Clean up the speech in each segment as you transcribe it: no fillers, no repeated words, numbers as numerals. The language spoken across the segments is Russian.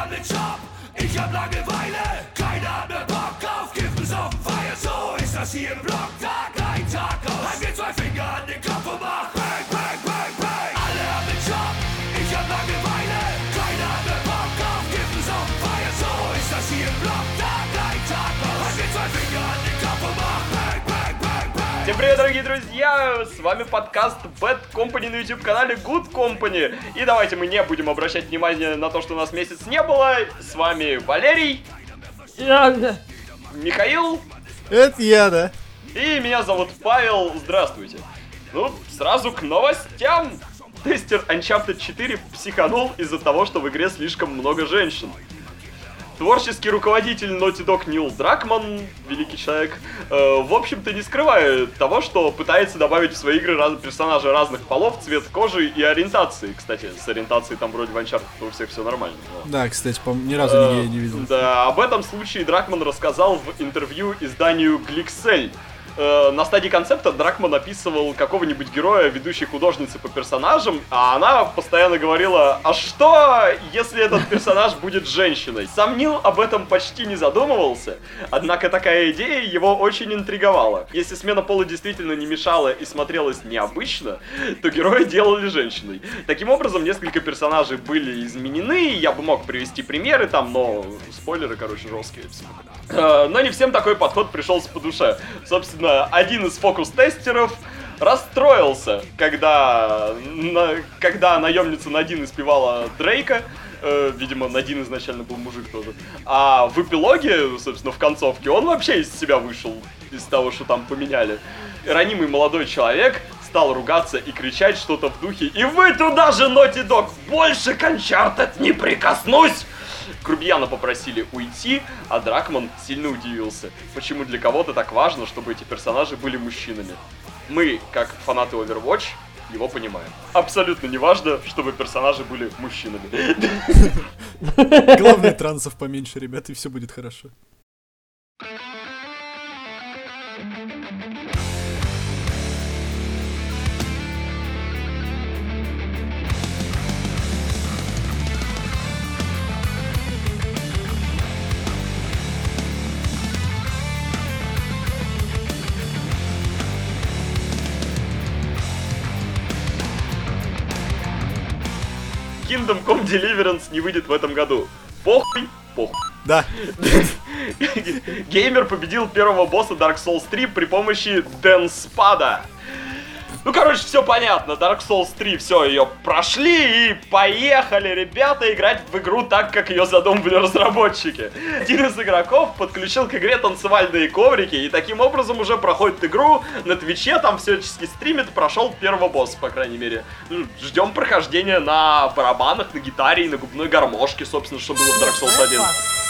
haben den Job, ich hab Langeweile. Keiner hat mehr Bock auf Kiffen, Saufen, Feiern. So ist das hier im Block, Tag ein, Tag aus. Halt mir 2 Finger an den Kopf und mach Bang, Bang, Bang, Bang. Alle haben den Job, ich hab Langeweile. Keiner hat mehr Bock auf Kiffen, Saufen, Feiern. So ist das hier im Block, Tag ein, Tag aus. Halt mir 2 Finger an den Kopf und mach Bang, Bang, Bang, Bang. Всем привет, дорогие друзья! С вами подкаст Bad Company на YouTube-канале Good Company. И давайте мы не будем обращать внимание на то, что у нас месяц не было. С вами Валерий, Михаил. Это я, да. И меня зовут Павел. Здравствуйте. Ну, сразу к новостям. Тестер Uncharted 4 психанул из-за того, что в игре слишком много женщин. Творческий руководитель Naughty Dog Нил Дракман, великий человек, в общем-то не скрывает того, что пытается добавить в свои игры персонажей разных полов, цвет кожи и ориентации. Кстати, с ориентацией там вроде в Uncharted у всех все нормально. Но... Да, кстати, ни разу нигде не видел. Да, об этом случае Дракман рассказал в интервью изданию Glixel. На стадии концепта Дракман описывал какого-нибудь героя, ведущей художницы по персонажам, а она постоянно говорила: а что, если этот персонаж будет женщиной? Сам Нил об этом почти не задумывался, однако такая идея его очень интриговала. Если смена пола действительно не мешала и смотрелась необычно, то героя делали женщиной. Таким образом, несколько персонажей были изменены, я бы мог привести примеры там, но спойлеры, короче, жесткие. Но не всем такой подход пришелся по душе. Собственно, один из фокус-тестеров расстроился, когда наемница Надин испевала Дрейка. Видимо, Надин изначально был мужик тоже. А в эпилоге, собственно, в концовке, он вообще из себя вышел, из того, что там поменяли. Ранимый молодой человек стал ругаться и кричать что-то в духе: «И вы туда же, Naughty Dog! Больше к Uncharted не прикоснусь!» Грубияна попросили уйти, а Дракман сильно удивился, почему для кого-то так важно, чтобы эти персонажи были мужчинами. Мы, как фанаты Overwatch, его понимаем. Абсолютно не важно, чтобы персонажи были мужчинами. Главное, трансов поменьше, ребята, и все будет хорошо. Kingdom Come Deliverance не выйдет в этом году. Похуй. Да. Геймер победил первого босса Dark Souls 3 при помощи Денспада. Ну, короче, все понятно. Dark Souls 3, все, ее прошли и поехали, ребята, играть в игру так, как ее задумывали разработчики. Один из игроков подключил к игре танцевальные коврики и таким образом уже проходит игру на Твиче, там всячески стримит, прошел первого босса, по крайней мере. Ждем прохождения на барабанах, на гитаре и на губной гармошке, собственно, что было в Dark Souls 1.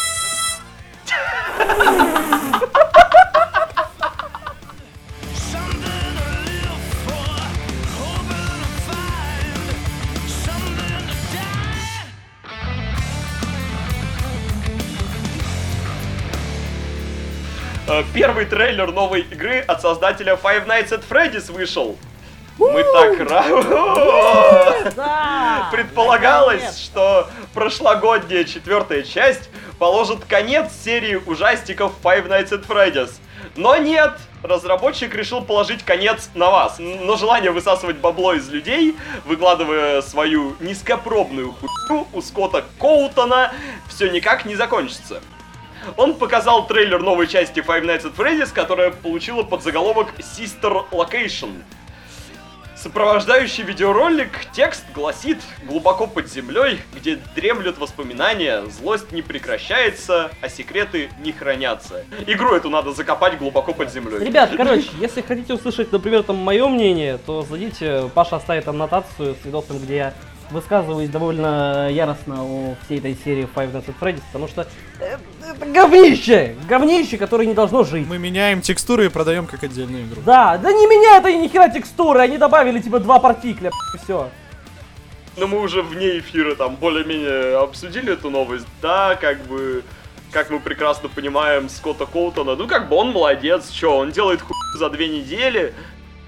Первый трейлер новой игры от создателя Five Nights at Freddy's вышел. Мы так рады. Предполагалось, что прошлогодняя 4-я часть положит конец серии ужастиков Five Nights at Freddy's. Но нет, разработчик решил положить конец на вас. Но желание высасывать бабло из людей, выкладывая свою низкопробную хуйню у Скотта Коутона, все никак не закончится. Он показал трейлер новой части Five Nights at Freddy's, которая получила подзаголовок Sister Location. Сопровождающий видеоролик текст гласит: глубоко под землей, где дремлют воспоминания, злость не прекращается, а секреты не хранятся. Игру эту надо закопать глубоко под землей. Ребят, короче, если хотите услышать, например, там мое мнение, то зайдите, Паша оставит аннотацию с видосом, где я высказываюсь довольно яростно о всей этой серии Five Nights at Freddy's, потому что это говнище, которое не должно жить. Мы меняем текстуры и продаем как отдельную игру. Да не меняют они ни хера текстуры, они добавили типа 2 партикля, и все. Но мы уже вне эфира там более-менее обсудили эту новость, да, как мы прекрасно понимаем Скотта Коутона, ну как бы он молодец, он делает хуй за 2 недели.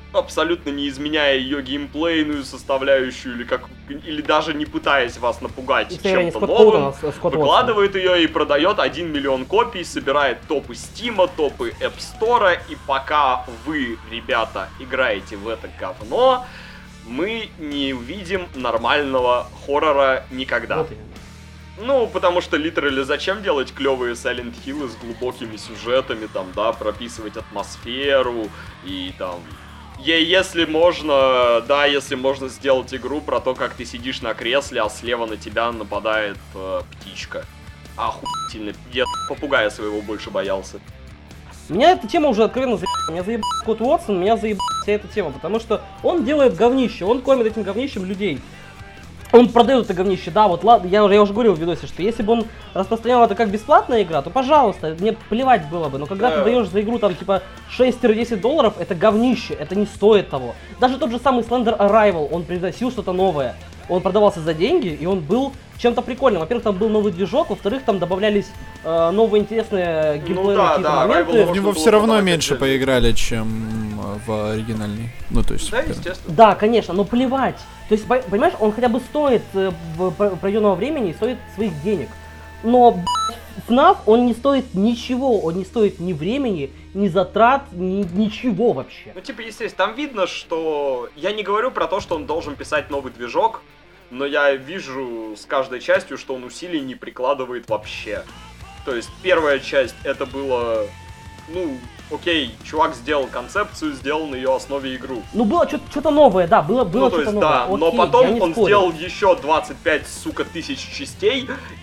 абсолютно не изменяя ее геймплейную составляющую, или даже не пытаясь вас напугать чем-то новым, выкладывает ее и продает 1 миллион копий, собирает топы Стима, топы App Store, и пока вы, ребята, играете в это говно, мы не увидим нормального хоррора никогда. Вот. Ну, потому что, литерально, зачем делать клевые Silent Hill с глубокими сюжетами, там, да, прописывать атмосферу и там... Если можно сделать игру про то, как ты сидишь на кресле, а слева на тебя нападает птичка. Охуительно. Я попугая своего больше боялся. Меня эта тема уже откровенно заебала. Меня заебал Скотт Уотсон, меня заебала вся эта тема, потому что он делает говнище, он кормит этим говнищем людей. Он продает это говнище, да, вот ладно, я уже говорил в видосе, что если бы он распространял это как бесплатная игра, то пожалуйста, мне плевать было бы, но когда ты даешь за игру там типа $6-10, это говнище, это не стоит того. Даже тот же самый Slender Arrival, он приносил что-то новое, он продавался за деньги, и он был чем-то прикольным. Во-первых, там был новый движок, во-вторых, там добавлялись новые интересные геймплейные какие-то моменты. В него все равно меньше поиграли, чем в оригинальный. Ну, то есть... Да, естественно. Да, конечно, но плевать. То есть, понимаешь, он хотя бы стоит пройденного времени и стоит своих денег. Но FNAF, он не стоит ничего, он не стоит ни времени, ни затрат, ничего вообще. Ну, типа, естественно, там видно, что... Я не говорю про то, что он должен писать новый движок, но я вижу с каждой частью, что он усилий не прикладывает вообще. То есть, первая часть, это было... Ну, окей, чувак сделал концепцию, сделал на ее основе игру. Ну, было что-то новое, да, было ну, то что-то есть, новое. да, окей, но потом он спорю. сделал еще 25, сука, тысяч частей,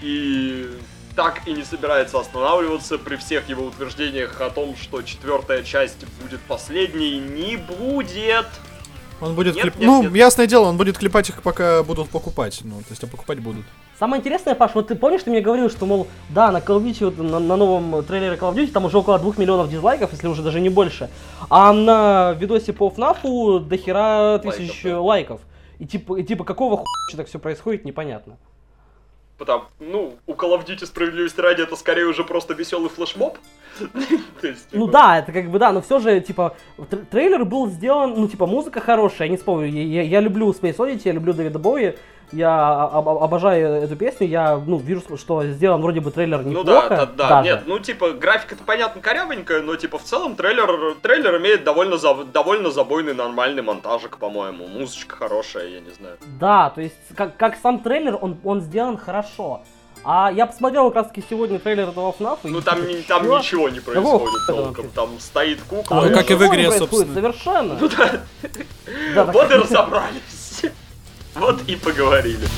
и так и не собирается останавливаться при всех его утверждениях о том, что 4-я часть будет последней. Не будет! Он будет нет, нет. Ясное дело, он будет клепать их, пока будут покупать. Ну, то есть, а покупать будут. Самое интересное, Паш, вот ты помнишь, ты мне говорил, что, мол, да, на Call of Duty, вот, на новом трейлере Call of Duty, там уже около 2 миллионов дизлайков, если уже даже не больше. А на видосе по FNAF дохера тысяч лайков. И типа, какого хуя так все происходит, непонятно. Потому, у Call of Duty, справедливости ради, это скорее уже просто веселый флешмоб. Ну да, это как бы да, но все же, типа, трейлер был сделан, музыка хорошая, я не спорю, я люблю Space Oddity, я люблю Дэвида Боуи, я обожаю эту песню, я, вижу, что сделан вроде бы трейлер неплохо. Да, нет, графика-то, понятно, корявенькая, но, в целом, трейлер имеет довольно забойный нормальный монтажик, по-моему, музычка хорошая, я не знаю. Да, то есть, как сам трейлер, он сделан хорошо. А я посмотрел как раз таки сегодня трейлер этого FNAF. Ну там ничего не происходит толком. Там стоит кукла. Ну как и в игре, собственно. Совершенно. Ну да. Вот и разобрались. Вот и поговорили.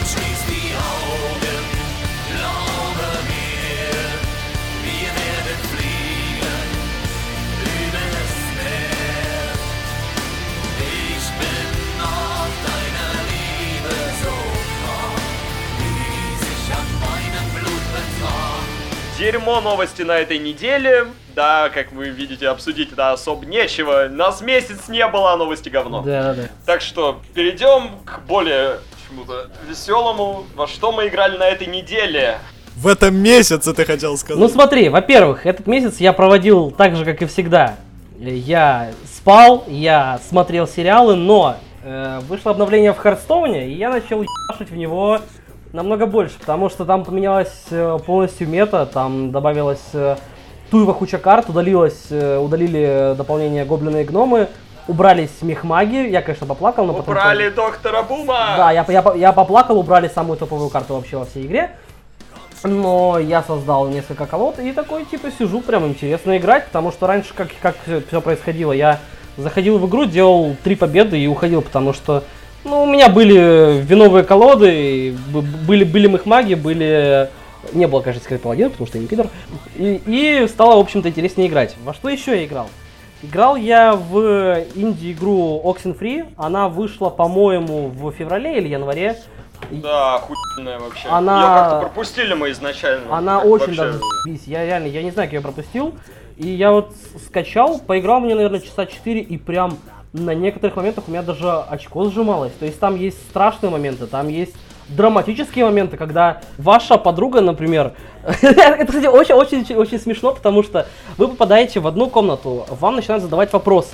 Дерьмо новости на этой неделе. Да, как вы видите, обсудить это особо нечего. Нас месяц не было, а новости говно. Да. Так что перейдем к более чему-то веселому. Во что мы играли на этой неделе? В этом месяце, ты хотел сказать. Ну смотри, во-первых, этот месяц я проводил так же, как и всегда. Я спал, я смотрел сериалы, но вышло обновление в Хардстоуне, и я начал ебашить в него намного больше, потому что там поменялась полностью мета, там добавилась туева куча карт, удалили дополнение гоблины и гномы, убрались мехмаги, я, конечно, поплакал, но потом... Убрали доктора Бума! Да, я поплакал, убрали самую топовую карту вообще во всей игре, но я создал несколько колод и такой, типа, сижу, прям интересно играть, потому что раньше как все происходило, я заходил в игру, делал 3 победы и уходил, потому что у меня были виновые колоды, были мехмаги, не было, конечно, скрыт паладин, потому что я не пидор. И стало, в общем-то, интереснее играть. Во что еще я играл? Играл я в инди-игру Oxenfree. Она вышла, по-моему, в феврале или январе. Да, охуенная вообще. Ее как-то пропустили мы изначально. Она очень даже заебись. Я не знаю, как я пропустил. И я вот скачал, поиграл мне, наверное, часа 4 и прям... На некоторых моментах у меня даже очко сжималось. То есть там есть страшные моменты, там есть драматические моменты, когда ваша подруга, например... Это, кстати, очень смешно, потому что вы попадаете в одну комнату, вам начинают задавать вопросы.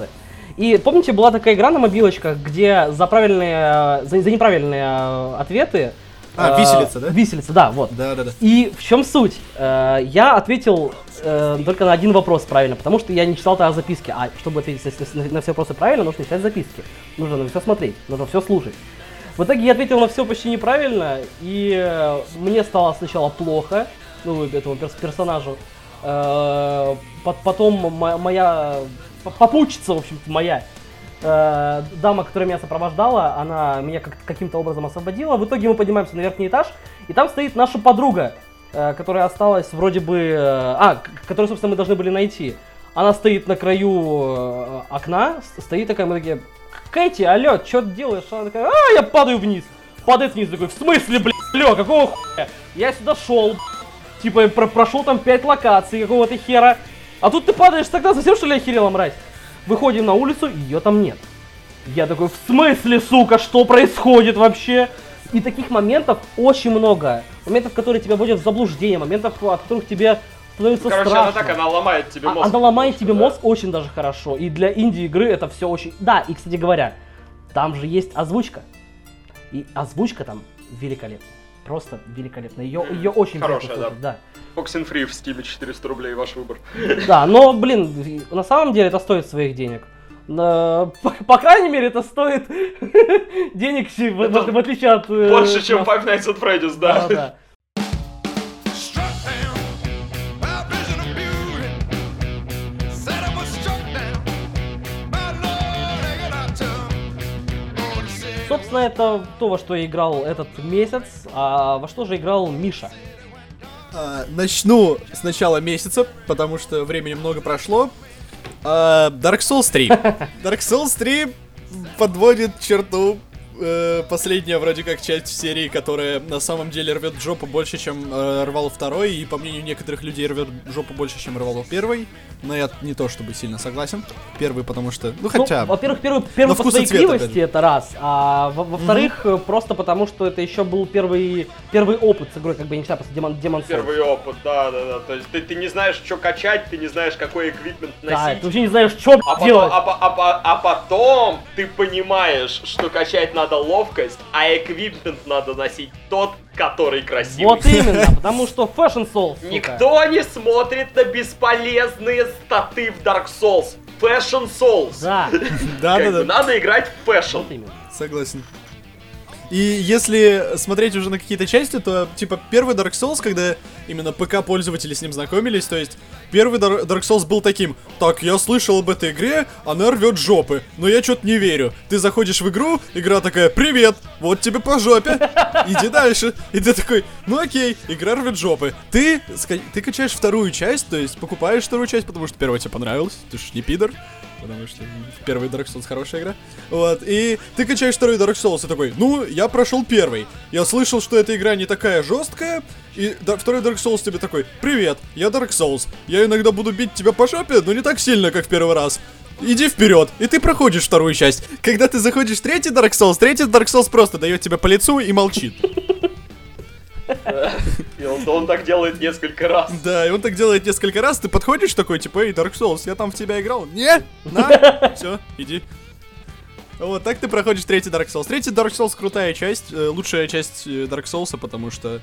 И помните, была такая игра на мобилочках, где за неправильные ответы... виселица, да? Виселица, да, вот. Да. И в чем суть? Я ответил только на один вопрос правильно, потому что я не читал тогда записки. А чтобы ответить на все вопросы правильно, нужно читать записки. Нужно на все смотреть, нужно все слушать. В итоге я ответил на все почти неправильно, и мне стало сначала плохо, этому персонажу. Потом моя попутчица, в общем-то, моя дама, которая меня сопровождала, она меня каким-то образом освободила. В итоге мы поднимаемся на верхний этаж, и там стоит наша подруга, которая осталась вроде бы... которую, собственно, мы должны были найти. Она стоит на краю окна, стоит такая, мы такие: Кэти, алло, что ты делаешь? Она такая: я падаю вниз. Падает вниз, такой: в смысле, блядь, алло, какого хуя? Я сюда шел, типа, прошел там 5 локаций какого-то хера. А тут ты падаешь, тогда совсем что ли охерела, мразь? Выходим на улицу, ее там нет. Я такой: в смысле, сука, что происходит вообще? И таких моментов очень много. Моментов, которые тебя вводят в заблуждение, моментов, от которых тебе становится страшно. Она так, она ломает тебе мозг. Она ломает тебе мозг очень даже хорошо. И для инди-игры это все очень... Да, и, кстати говоря, там же есть озвучка. И озвучка там великолепная. Просто великолепная. Ее очень хорошая, приятно слушать, да. Oxenfree в стиле 400 рублей, ваш выбор. Да, но, блин, на самом деле это стоит своих денег. По крайней мере, это стоит денег, в отличие от... Больше, чем Five Nights at Freddy's, да. Да. Собственно, это то, во что я играл этот месяц. А во что же играл Миша? Начну с начала месяца, потому что времени много прошло. Dark Souls 3. Dark Souls 3 подводит черту. Последняя вроде как часть серии, которая на самом деле рвет жопу больше, чем рвал второй, и по мнению некоторых людей рвет жопу больше, чем рвал первый. Но я не то чтобы сильно согласен. Первый, потому что... хотя... Во-первых, первый по своей кривости, это раз. А во-вторых, просто потому что это еще был первый опыт с игрой, как бы не всегда после Demon Souls. Первый опыт, да. То есть ты не знаешь, что качать, ты не знаешь, какой эквипмент носить. Да, ты вообще не знаешь, что делать. А потом ты понимаешь, что качать надо ловкость, а эквипмент надо носить тот, который красивый. Вот именно, потому что Fashion Souls, сука. Никто не смотрит на бесполезные статы в Dark Souls. Fashion Souls. Да. Да. Надо играть в Fashion. Вот именно. Согласен. И если смотреть уже на какие-то части, то, типа, первый Dark Souls, когда именно ПК-пользователи с ним знакомились, то есть, первый Dark Souls был таким: так, я слышал об этой игре, она рвет жопы, но я что-то не верю. Ты заходишь в игру, игра такая: привет, вот тебе по жопе, иди дальше. И ты такой: ну окей, игра рвет жопы. Ты качаешь вторую часть, то есть, покупаешь вторую часть, потому что первая тебе понравилась, ты ж не пидор. Потому что первый Dark Souls хорошая игра. Вот, и ты качаешь второй Dark Souls и такой: ну, я прошел первый. Я слышал, что эта игра не такая жесткая. И второй Dark Souls тебе такой: привет, я Dark Souls. Я иногда буду бить тебя по жопе, но не так сильно, как в первый раз. Иди вперед, и ты проходишь вторую часть. Когда ты заходишь в третий Dark Souls просто дает тебе по лицу и молчит. И он так делает несколько раз. Да, и он так делает несколько раз, ты подходишь такой, типа: эй, Dark Souls, я там в тебя играл. Не, на, все, иди. Вот, так ты проходишь третий Dark Souls. Третий Dark Souls крутая часть, лучшая часть Dark Souls, потому что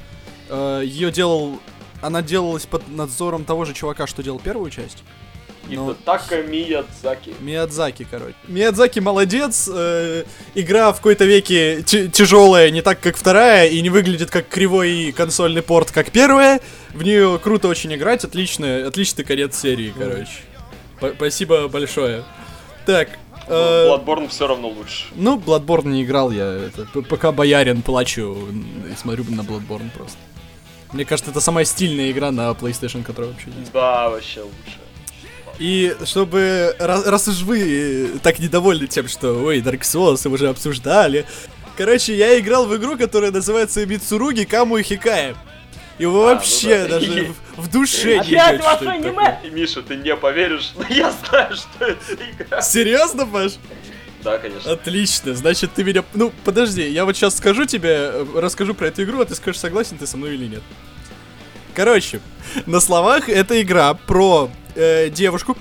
она делалась под надзором того же чувака, что делал первую часть. Хидетака Миядзаки. Миядзаки, короче. Миядзаки молодец. Игра в какой-то веке тяжелая, не так, как вторая, и не выглядит как кривой консольный порт, как первая. В нее круто очень играть, отличный конец серии, короче. Спасибо большое. Так. Bloodborne все равно лучше. Ну, Bloodborne не играл я. Пока боярин плачу и смотрю на Bloodborne просто. Мне кажется, это самая стильная игра на PlayStation, которая вообще есть. Да, вообще лучше. И чтобы, раз уж вы так недовольны тем, что, ой, Dark Souls, мы уже обсуждали. Короче, я играл в игру, которая называется Мицуруги Каму Хикае. И вообще даже в душе не идёт, что это такое. И, Миша, ты не поверишь, но я знаю, что это игра. Серьезно, Паш? Да, конечно. Отлично, значит ты меня... Ну, подожди, я вот сейчас скажу тебе, расскажу про эту игру, а ты скажешь, согласен ты со мной или нет. Короче, на словах это игра про девушку,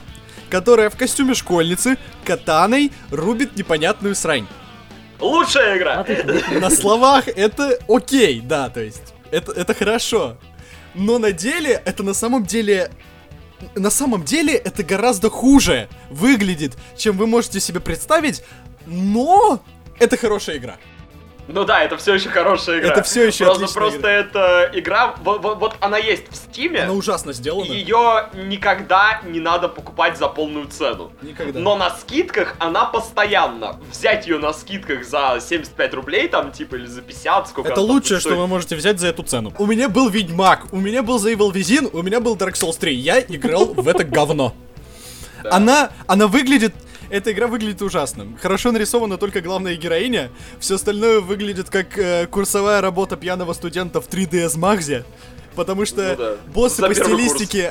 которая в костюме школьницы катаной рубит непонятную срань. Лучшая игра! На словах это окей, да, то есть это хорошо. Но на деле это на самом деле это гораздо хуже выглядит, чем вы можете себе представить, но это хорошая игра. Ну да, это все еще хорошая игра. Это все еще отличная Просто игра. эта игра, вот она есть в Стиме. Она ужасно сделана. Ее никогда не надо покупать за полную цену. Никогда. Но на скидках она постоянно. Взять ее на скидках за 75 рублей, там, типа, или за 50, сколько Это она там лучшее, стоит. что вы можете взять за эту цену. У меня был Ведьмак, у меня был The Evil Within, у меня был Dark Souls 3. Я играл в это говно. Она выглядит... Эта игра выглядит ужасно. Хорошо нарисована только главная героиня. Все остальное выглядит как курсовая работа пьяного студента в 3DS Max. Потому что боссы За по первый стилистике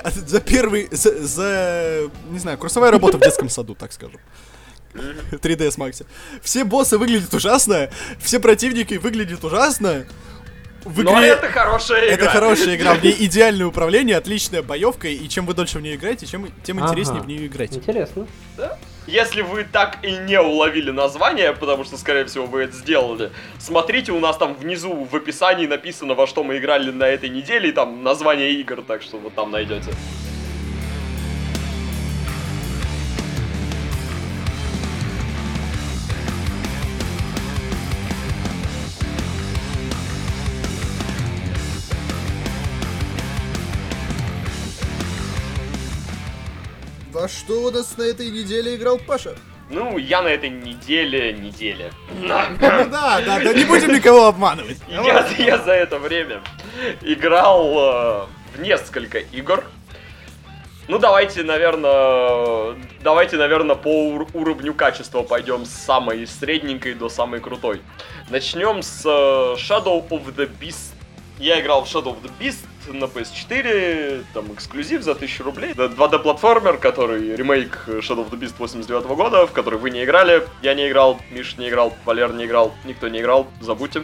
не знаю, курсовая работа в детском саду, так скажем. 3DS Max. Все боссы выглядят ужасно, все противники выглядят ужасно. Но это хорошая игра. Это хорошая игра, в ней идеальное управление, отличная боевка, и чем вы дольше в нее играете, тем интереснее в нее играть. Интересно. Да? Если вы так и не уловили название, потому что, скорее всего, вы это сделали, смотрите, у нас там внизу в описании написано, во что мы играли на этой неделе, и там название игр, так что вот там найдете. Во что у нас на этой неделе играл Паша? Ну, я на этой неделе... Да, не будем никого обманывать. Я за это время играл в несколько игр. Ну, давайте, наверное, по уровню качества пойдем с самой средненькой до самой крутой. Начнем с Shadow of the Beast. Я играл в Shadow of the Beast на PS4, там эксклюзив за 1000 рублей. 2D-платформер, который ремейк Shadow of the Beast 89 года, в который вы не играли, я не играл, Миша не играл, Валер не играл, никто не играл, забудьте.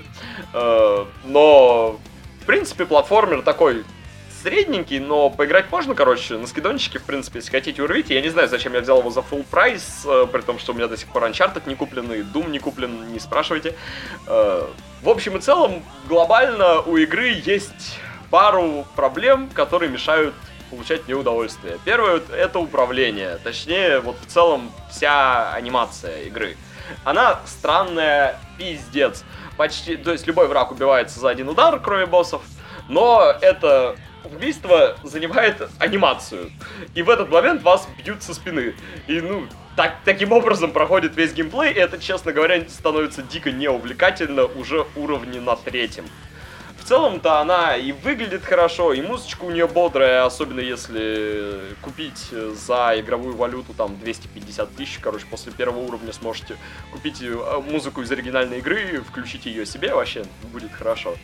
Но, в принципе, платформер такой средненький, но поиграть можно, короче, на скидончике, в принципе, если хотите, урвите. Я не знаю, зачем я взял его за full прайс, при том, что у меня до сих пор Uncharted не куплен, и Doom не куплен, не спрашивайте. В общем и целом, глобально у игры есть пару проблем, которые мешают получать мне удовольствие. Первое — это управление, точнее, вот в целом вся анимация игры. Она странная пиздец. Почти, то есть любой враг убивается за один удар, кроме боссов, но это убийство занимает анимацию. И в этот момент вас бьют со спины. И, таким образом проходит весь геймплей, и это, честно говоря, становится дико неувлекательно уже уровне на 3-м. В целом-то она и выглядит хорошо, и музычка у нее бодрая, особенно если купить за игровую валюту там 250 тысяч, короче, после первого уровня сможете купить музыку из оригинальной игры, включить ее себе, вообще будет хорошо.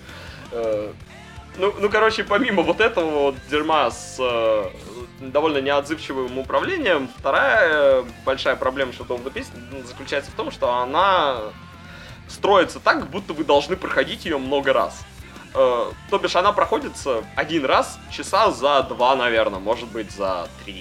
Короче, помимо вот этого вот дерьма с довольно неотзывчивым управлением, вторая большая проблема Shadow of the Beast заключается в том, что она строится так, как будто вы должны проходить ее много раз. То бишь она проходится один раз часа за 2, наверное, может быть за 3.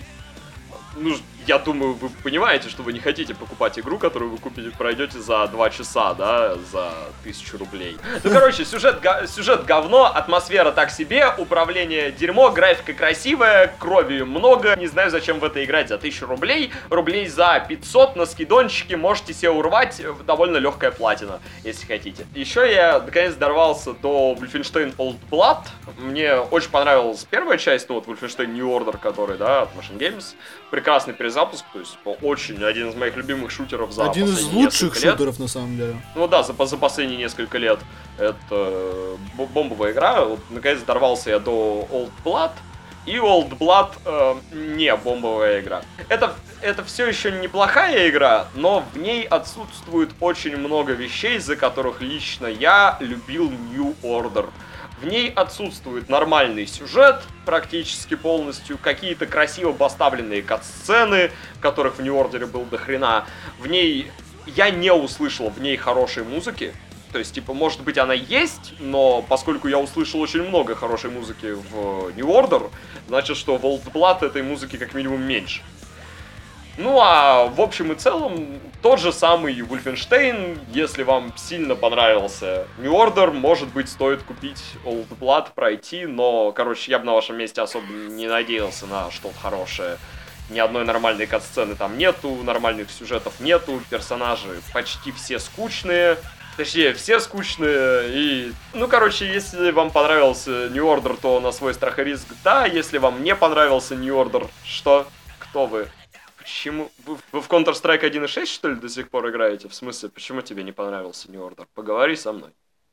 Я думаю, вы понимаете, что вы не хотите покупать игру, которую вы пройдете за 2 часа, да, за 1000 рублей. Короче, сюжет говно, атмосфера так себе, управление дерьмо, графика красивая, крови много. Не знаю, зачем в это играть за 1000 рублей. Рублей за 500 на скидончике можете себе урвать, довольно легкая платина, если хотите. Еще я, наконец, дорвался до Wolfenstein Old Blood. Мне очень понравилась первая часть, Wolfenstein New Order, который, да, от Machine Games. Прекрасный перезапуск, то есть один из моих любимых шутеров за один из лучших шутеров, на самом деле. За последние несколько лет. Это бомбовая игра. Вот, наконец дорвался я до Old Blood. И Old Blood не бомбовая игра. Это все еще неплохая игра, но в ней отсутствует очень много вещей, за которых лично я любил New Order. В ней отсутствует нормальный сюжет, практически полностью, какие-то красиво поставленные катсцены, которых в New Order был до хрена. В ней я не услышал в ней хорошей музыки. То есть, может быть, она есть, но поскольку я услышал очень много хорошей музыки в New Order, значит, что в Old Blood этой музыки как минимум меньше. Ну а в общем и целом, тот же самый Wolfenstein, если вам сильно понравился New Order, может быть, стоит купить Old Blood, пройти, но, короче, я бы на вашем месте особо не надеялся на что-то хорошее. Ни одной нормальной кат-сцены там нету, нормальных сюжетов нету, персонажи почти все скучные. Точнее, все скучные, и... Ну, короче, если вам понравился New Order, то на свой страх и риск да, если вам не понравился New Order, что? Кто вы? Почему? Вы в Counter-Strike 1.6, что ли, до сих пор играете? В смысле, почему тебе не понравился New Order? Поговори со мной.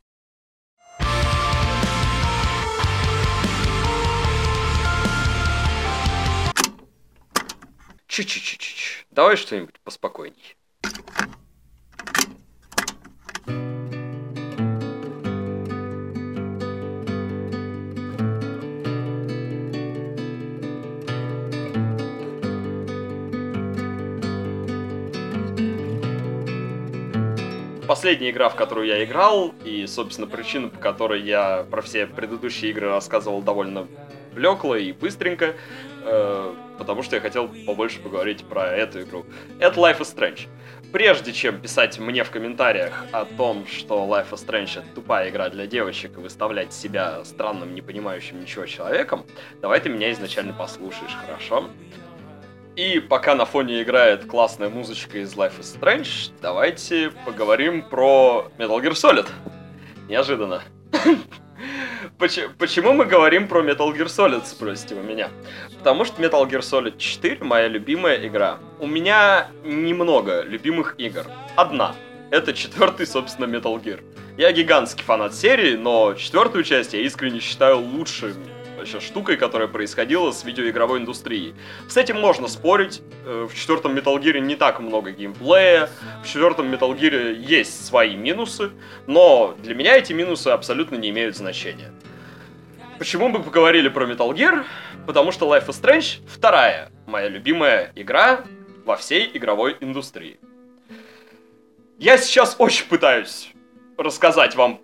Чуть-чуть. Давай что-нибудь поспокойней. Последняя игра, в которую я играл, и, собственно, причина, по которой я про все предыдущие игры рассказывал довольно блекло и быстренько, потому что я хотел побольше поговорить про эту игру. Это Life is Strange. Прежде чем писать мне в комментариях о том, что Life is Strange — это тупая игра для девочек и выставлять себя странным, не понимающим ничего человеком, давай ты меня изначально послушаешь, хорошо? И пока на фоне играет классная музычка из Life is Strange, давайте поговорим про Metal Gear Solid. Неожиданно. Почему мы говорим про Metal Gear Solid, спросите вы меня? Потому что Metal Gear Solid 4 моя любимая игра. У меня немного любимых игр. Одна. Это 4-й, собственно, Metal Gear. Я гигантский фанат серии, но 4-ю часть я искренне считаю лучшей вообще штукой, которая происходила с видеоигровой индустрией. С этим можно спорить. В 4-м Metal Gear не так много геймплея. В 4-м Metal Gear есть свои минусы, но для меня эти минусы абсолютно не имеют значения. Почему мы поговорили про Metal Gear? Потому что Life is Strange — вторая моя любимая игра во всей игровой индустрии. Я сейчас очень попытаюсь рассказать вам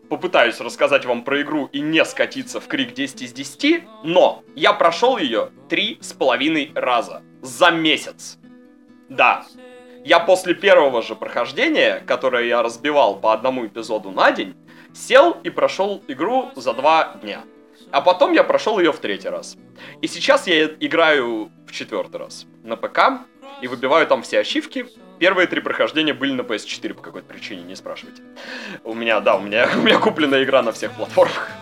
про игру и не скатиться в крик 10 из 10, но я прошел ее 3,5 раза за месяц. Да, я после первого же прохождения, которое я разбивал по одному эпизоду на день, сел и прошел игру за 2 дня. А потом я прошел ее в 3-й раз. И сейчас я играю в 4-й раз на ПК и выбиваю там все ачивки. Первые 3 прохождения были на PS4 по какой-то причине, не спрашивайте. У меня куплена игра на всех платформах.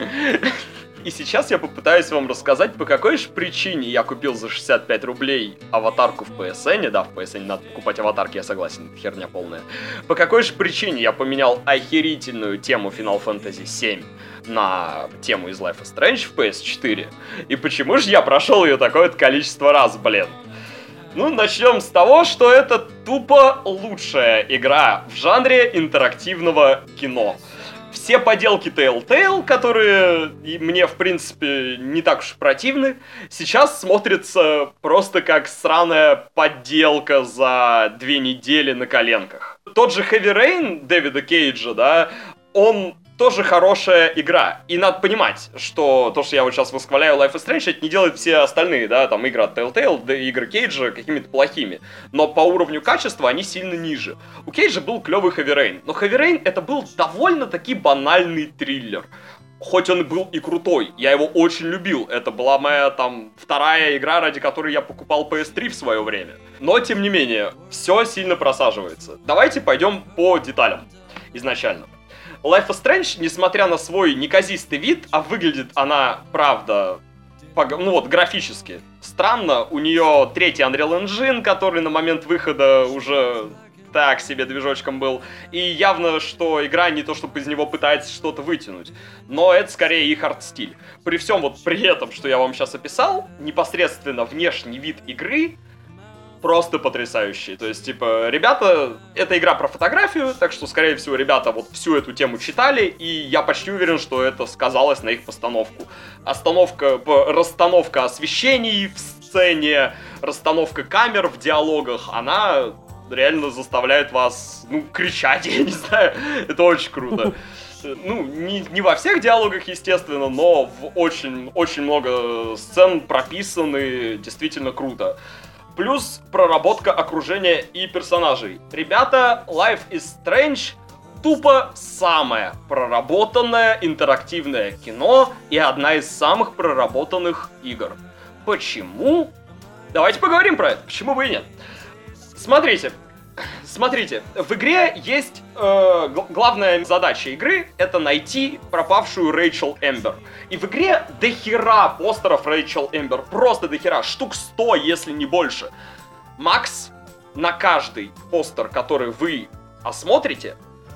И сейчас я попытаюсь вам рассказать, по какой же причине я купил за 65 рублей аватарку в PSN. Да, в PSN надо покупать аватарки, я согласен, это херня полная. По какой же причине я поменял охерительную тему Final Fantasy VII на тему из Life is Strange в PS4. И почему же я прошел ее такое количество раз, блин. Ну, начнем с того, что это тупо лучшая игра в жанре интерактивного кино. Все поделки Telltale, которые мне, в принципе, не так уж противны, сейчас смотрятся просто как сраная подделка за 2 недели на коленках. Тот же Heavy Rain Дэвида Кейджа, да, он тоже хорошая игра. И надо понимать, что то, что я вот сейчас восхваляю Life is Strange, это не делает все остальные, да, там игры от Telltale, да, игры Кейджа какими-то плохими. Но по уровню качества они сильно ниже. У Кейджа был клевый Heavy Rain, но Heavy Rain это был довольно-таки банальный триллер. Хоть он был и крутой, я его очень любил. Это была моя там 2-я игра, ради которой я покупал PS3 в свое время. Но, тем не менее, все сильно просаживается. Давайте пойдем по деталям изначально. Life is Strange, несмотря на свой неказистый вид, а выглядит она, правда, графически странно. У нее 3-й Unreal Engine, который на момент выхода уже так себе движочком был. И явно, что игра не то чтобы из него пытается что-то вытянуть, но это скорее их арт-стиль. При всем при этом, что я вам сейчас описал, непосредственно внешний вид игры просто потрясающий. То есть, ребята, это игра про фотографию, так что, скорее всего, ребята всю эту тему читали, и я почти уверен, что это сказалось на их постановку. Расстановка освещений в сцене, расстановка камер в диалогах, она реально заставляет вас, кричать, я не знаю, это очень круто. Не во всех диалогах, естественно, но в очень много сцен прописаны действительно круто. плюс проработка окружения и персонажей. Ребята, Life is Strange тупо самое проработанное интерактивное кино и одна из самых проработанных игр. Почему? Давайте поговорим про это, почему бы и нет. Смотрите, в игре есть главная задача игры — это найти пропавшую Рэйчел Эмбер. И в игре дохера постеров Рэйчел Эмбер, просто дохера, штук 100, если не больше. Макс на каждый постер, который вы осмотрите,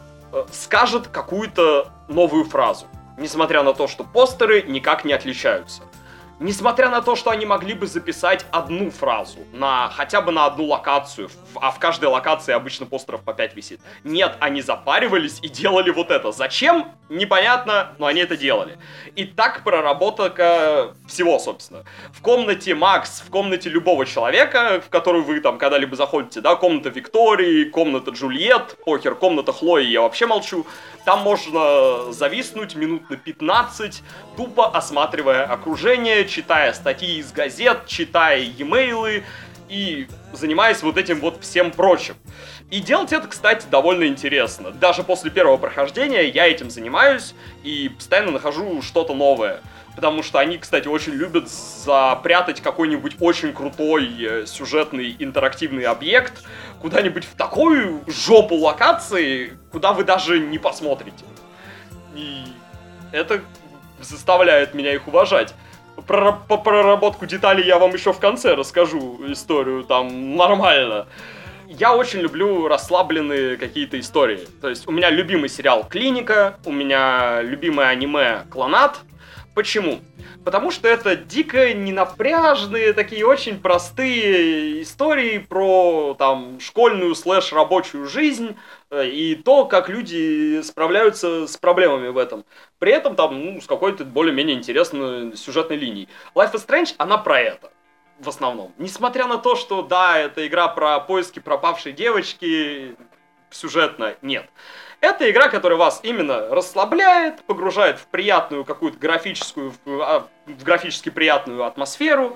скажет какую-то новую фразу. Несмотря на то, что постеры никак не отличаются. Несмотря на то, что они могли бы записать одну фразу хотя бы на одну локацию, а в каждой локации обычно постеров по 5 висит. Нет, они запаривались и делали вот это. Зачем? Непонятно, но они это делали. И так проработка всего, собственно. В комнате Макс, в комнате любого человека, в которую вы там когда-либо заходите, да, комната Виктории, комната Джульет, похер, комната Хлои, я вообще молчу. Там можно зависнуть минут на 15, тупо осматривая окружение, читая статьи из газет, читая e-mail'ы и занимаясь вот этим вот всем прочим. И делать это, кстати, довольно интересно. Даже после первого прохождения я этим занимаюсь и постоянно нахожу что-то новое. Потому что они, кстати, очень любят запрятать какой-нибудь очень крутой сюжетный интерактивный объект куда-нибудь в такую жопу локации, куда вы даже не посмотрите. И это заставляет меня их уважать. Про проработку деталей я вам еще в конце расскажу историю, там нормально. Я очень люблю расслабленные какие-то истории. То есть у меня любимый сериал «Клиника», у меня любимое аниме «Клонат». Почему? Потому что это дико ненапряжные, такие очень простые истории про там школьную /рабочую жизнь и то, как люди справляются с проблемами в этом. При этом там, с какой-то более-менее интересной сюжетной линией. Life is Strange, она про это. В основном. Несмотря на то, что, да, это игра про поиски пропавшей девочки, сюжетно нет. Это игра, которая вас именно расслабляет, погружает в приятную какую-то в графически приятную атмосферу,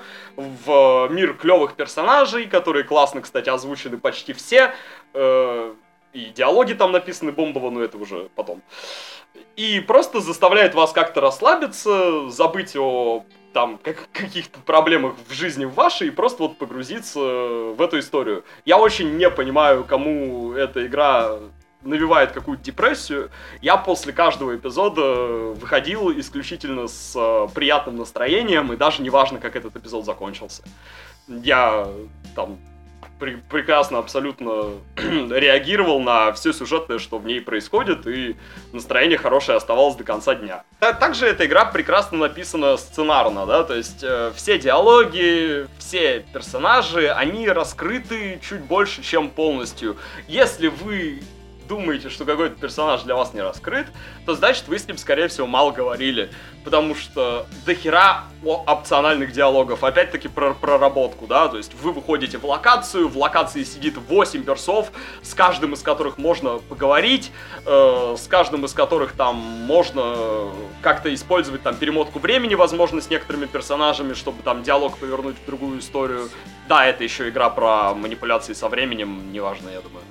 в мир клевых персонажей, которые классно, кстати, озвучены почти все, и диалоги там написаны бомбово, но это уже потом. И просто заставляет вас как-то расслабиться, забыть о там каких-то проблемах в жизни вашей и просто вот погрузиться в эту историю. Я очень не понимаю, кому эта игра навевает какую-то депрессию. Я после каждого эпизода выходил исключительно с приятным настроением, и даже не важно, как этот эпизод закончился. Я там прекрасно абсолютно реагировал на все сюжетное, что в ней происходит, и настроение хорошее оставалось до конца дня. Также эта игра прекрасно написана сценарно, да, то есть все диалоги, все персонажи, они раскрыты чуть больше, чем полностью. Если вы думаете, что какой-то персонаж для вас не раскрыт, то значит вы с ним, скорее всего, мало говорили. Потому что дохера опциональных диалогов. Опять-таки про проработку, да, то есть вы выходите в локации сидит 8 персов, с каждым из которых можно поговорить, с каждым из которых там можно как-то использовать там перемотку времени, возможно, с некоторыми персонажами, чтобы там диалог повернуть в другую историю. Да, это еще игра про манипуляции со временем, неважно, я думаю.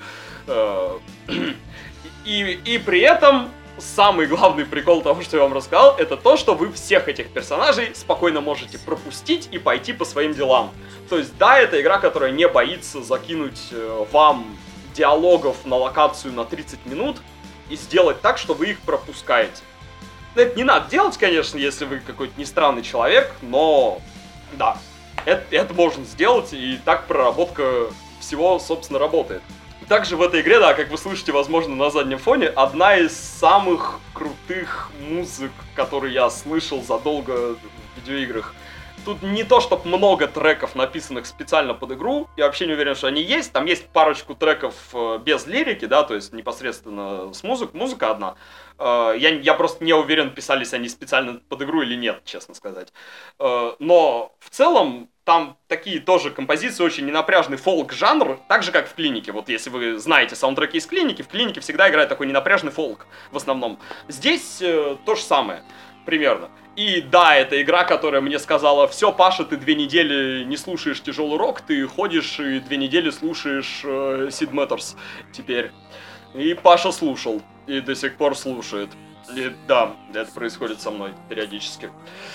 И при этом самый главный прикол того, что я вам рассказал, это то, что вы всех этих персонажей спокойно можете пропустить и пойти по своим делам. То есть, да, это игра, которая не боится закинуть вам диалогов на локацию на 30 минут и сделать так, что вы их пропускаете. Это не надо делать, конечно, если вы какой-то не странный человек, но да, это можно сделать, и так проработка всего, собственно, работает. Также в этой игре, да, как вы слышите, возможно, на заднем фоне, одна из самых крутых музык, которые я слышал задолго в видеоиграх. Тут не то, чтобы много треков, написанных специально под игру, я вообще не уверен, что они есть. Там есть парочку треков без лирики, да, то есть непосредственно с музыка одна. Я просто не уверен, писались они специально под игру или нет, честно сказать. Но в целом там такие тоже композиции, очень ненапряжный фолк-жанр, так же, как в «Клинике». Вот если вы знаете саундтреки из «Клиники», в «Клинике» всегда играет такой ненапряжный фолк в основном. Здесь то же самое. Примерно. И да, это игра, которая мне сказала: все, Паша, ты 2 недели не слушаешь тяжелый рок, ты ходишь и 2 недели слушаешь Sid Meier's теперь. И Паша слушал, и до сих пор слушает. И да, это происходит со мной периодически.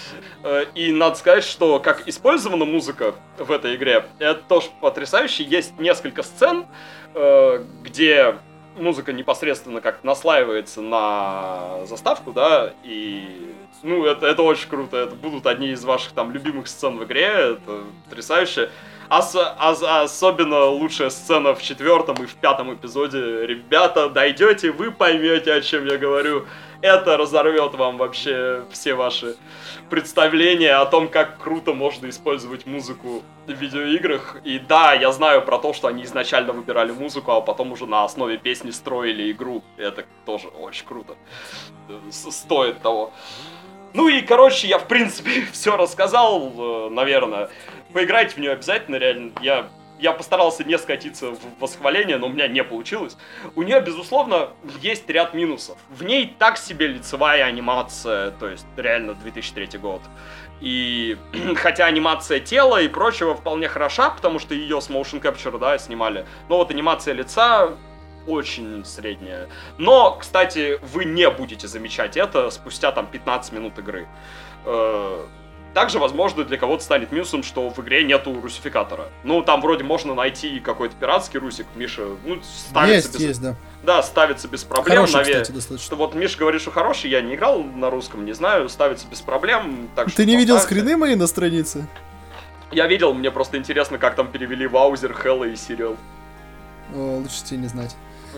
И надо сказать, что как использована музыка в этой игре, это тоже потрясающе. Есть несколько сцен, где музыка непосредственно как наслаивается на заставку, да, и... Ну, это очень круто, это будут одни из ваших там любимых сцен в игре, это потрясающе. Особенно лучшая сцена в 4-м и в 5-м эпизоде. Ребята, дойдете, вы поймете, о чем я говорю. Это разорвет вам вообще все ваши представления о том, как круто можно использовать музыку в видеоиграх. И да, я знаю про то, что они изначально выбирали музыку, а потом уже на основе песни строили игру. Это тоже очень круто. Стоит того. Ну и, короче, я, в принципе, все рассказал, наверное. Поиграйте в нее обязательно, реально. Я постарался не скатиться в восхваление, но у меня не получилось. У нее, безусловно, есть ряд минусов. В ней так себе лицевая анимация, то есть реально 2003 год. И хотя анимация тела и прочего вполне хороша, потому что ее с motion capture, да, снимали. Но вот анимация лица очень средняя. Но, кстати, вы не будете замечать это спустя там 15 минут игры. Также, возможно, для кого-то станет минусом, что в игре нету русификатора. Ну, там вроде можно найти какой-то пиратский русик. Миша, ну, ставится есть, да. Да, ставится без проблем. Хороший, кстати, достаточно. Вот Миша говорит, что хороший, я не играл на русском, не знаю, ставится без проблем. Так что ты не видел поставьте. скрины мои на странице? Я видел, мне просто интересно, как там перевели Ваузер, Хэлла и Сириал. О, лучше тебе не знать.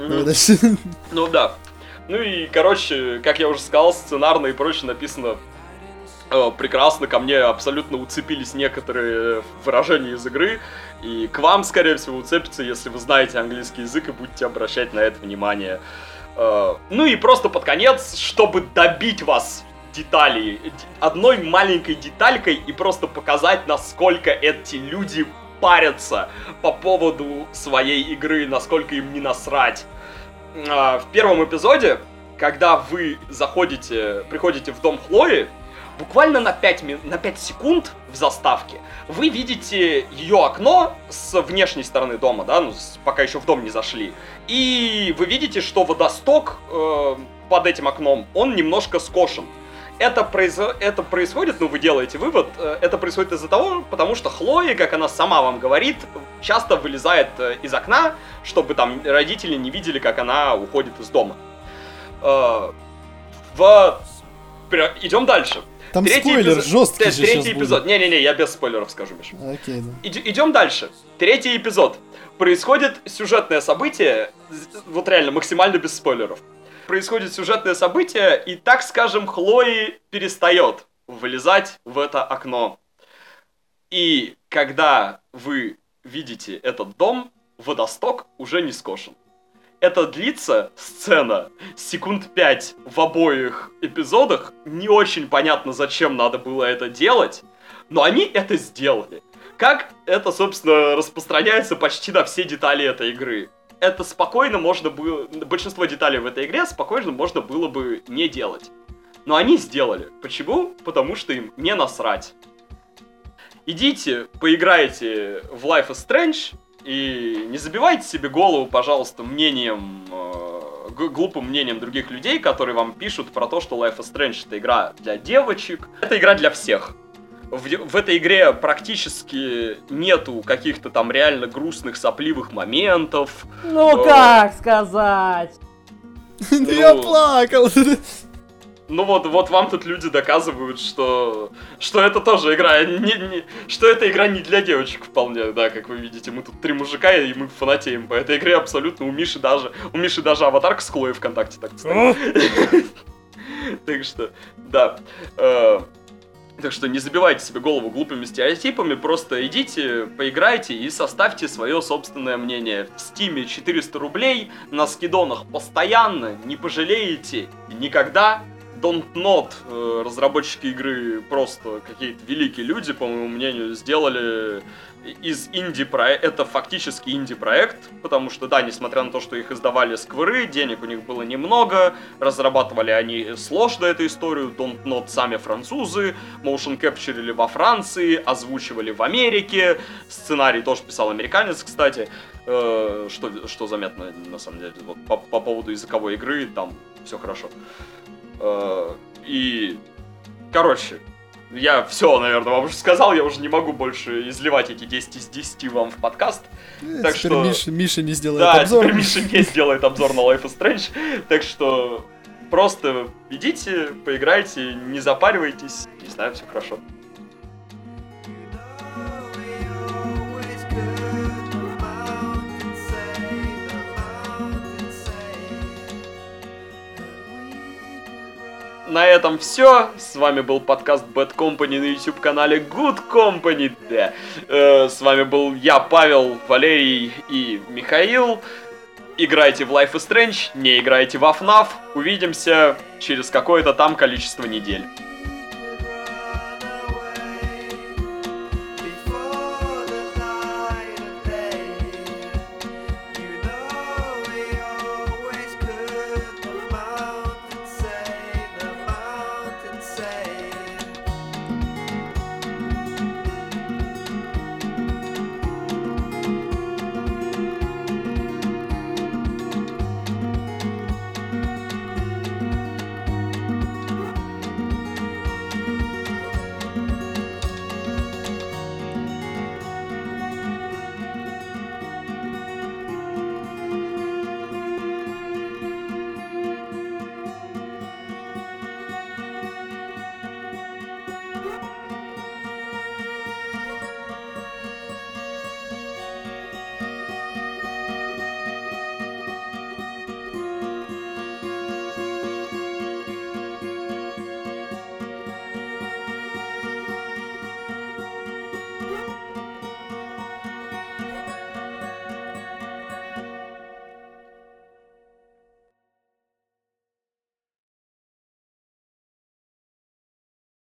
Ну да. Ну и, короче, как я уже сказал, сценарно и прочее написано прекрасно. Ко мне абсолютно уцепились некоторые выражения из игры. И к вам, скорее всего, уцепится, если вы знаете английский язык и будете обращать на это внимание. Ну и просто под конец, чтобы добить вас деталей, одной маленькой деталькой и просто показать, насколько эти люди парятся по поводу своей игры, насколько им не насрать. В первом эпизоде, когда вы приходите в дом Хлои, буквально на 5 секунд в заставке вы видите ее окно с внешней стороны дома, да, ну, пока еще в дом не зашли. И вы видите, что водосток под этим окном, он немножко скошен. Это происходит, ну вы делаете вывод, это происходит из-за того, потому что Хлоя, как она сама вам говорит, часто вылезает из окна, чтобы там родители не видели, как она уходит из дома. Идем дальше. Там спойлер жесткий же Третий сейчас эпизод. будет. Не-не-не, я без спойлеров скажу, Миша. Окей, да. Идем дальше. Третий эпизод. Происходит сюжетное событие, вот реально, максимально без спойлеров. Происходит сюжетное событие, и, так скажем, Хлои перестает вылезать в это окно. И когда вы видите этот дом, водосток уже не скошен. Это длится, сцена, секунд 5 в обоих эпизодах. Не очень понятно, зачем надо было это делать, но они это сделали. Как это, собственно, распространяется почти на все детали этой игры. Это спокойно можно было... Большинство деталей в этой игре спокойно можно было бы не делать. Но они сделали. Почему? Потому что им не насрать. Идите, поиграйте в Life is Strange и не забивайте себе голову, пожалуйста, глупым мнением других людей, которые вам пишут про то, что Life is Strange — это игра для девочек. Это игра для всех. В этой игре практически нету каких-то там реально грустных, сопливых моментов. Ну как сказать? Я плакал. Ну вот вам тут люди доказывают, что это тоже игра, что эта игра не для девочек вполне, да, как вы видите, мы тут 3 мужика, и мы фанатеем по этой игре абсолютно. У Миши даже аватарка с Хлоей ВКонтакте так стоит. Так что, да. Так что не забивайте себе голову глупыми стереотипами, просто идите, поиграйте и составьте свое собственное мнение. В Стиме 400 рублей, на скидонах постоянно, не пожалеете и никогда. Dontnod, разработчики игры, просто какие-то великие люди, по моему мнению, сделали из инди-проекта, это фактически инди-проект, потому что, да, несмотря на то, что их издавали Сквыры, денег у них было немного, разрабатывали они сложно эту историю, Dontnod сами французы, motion capture'или во Франции, озвучивали в Америке, сценарий тоже писал американец, кстати, что заметно, на самом деле, вот, по поводу языковой игры, там все хорошо. И, короче, я все, наверное, вам уже сказал, я уже не могу больше изливать эти 10 из 10 вам в подкаст. Так что... Миша не сделает да, обзор. теперь Миша не сделает обзор на Life is Strange. Так что просто идите, поиграйте, не запаривайтесь, не знаю, все хорошо. На этом все. С вами был подкаст Bad Company на YouTube-канале Good Company. Да. С вами был я, Павел, Валерий и Михаил. Играйте в Life is Strange, не играйте в FNAF. Увидимся через какое-то там количество недель.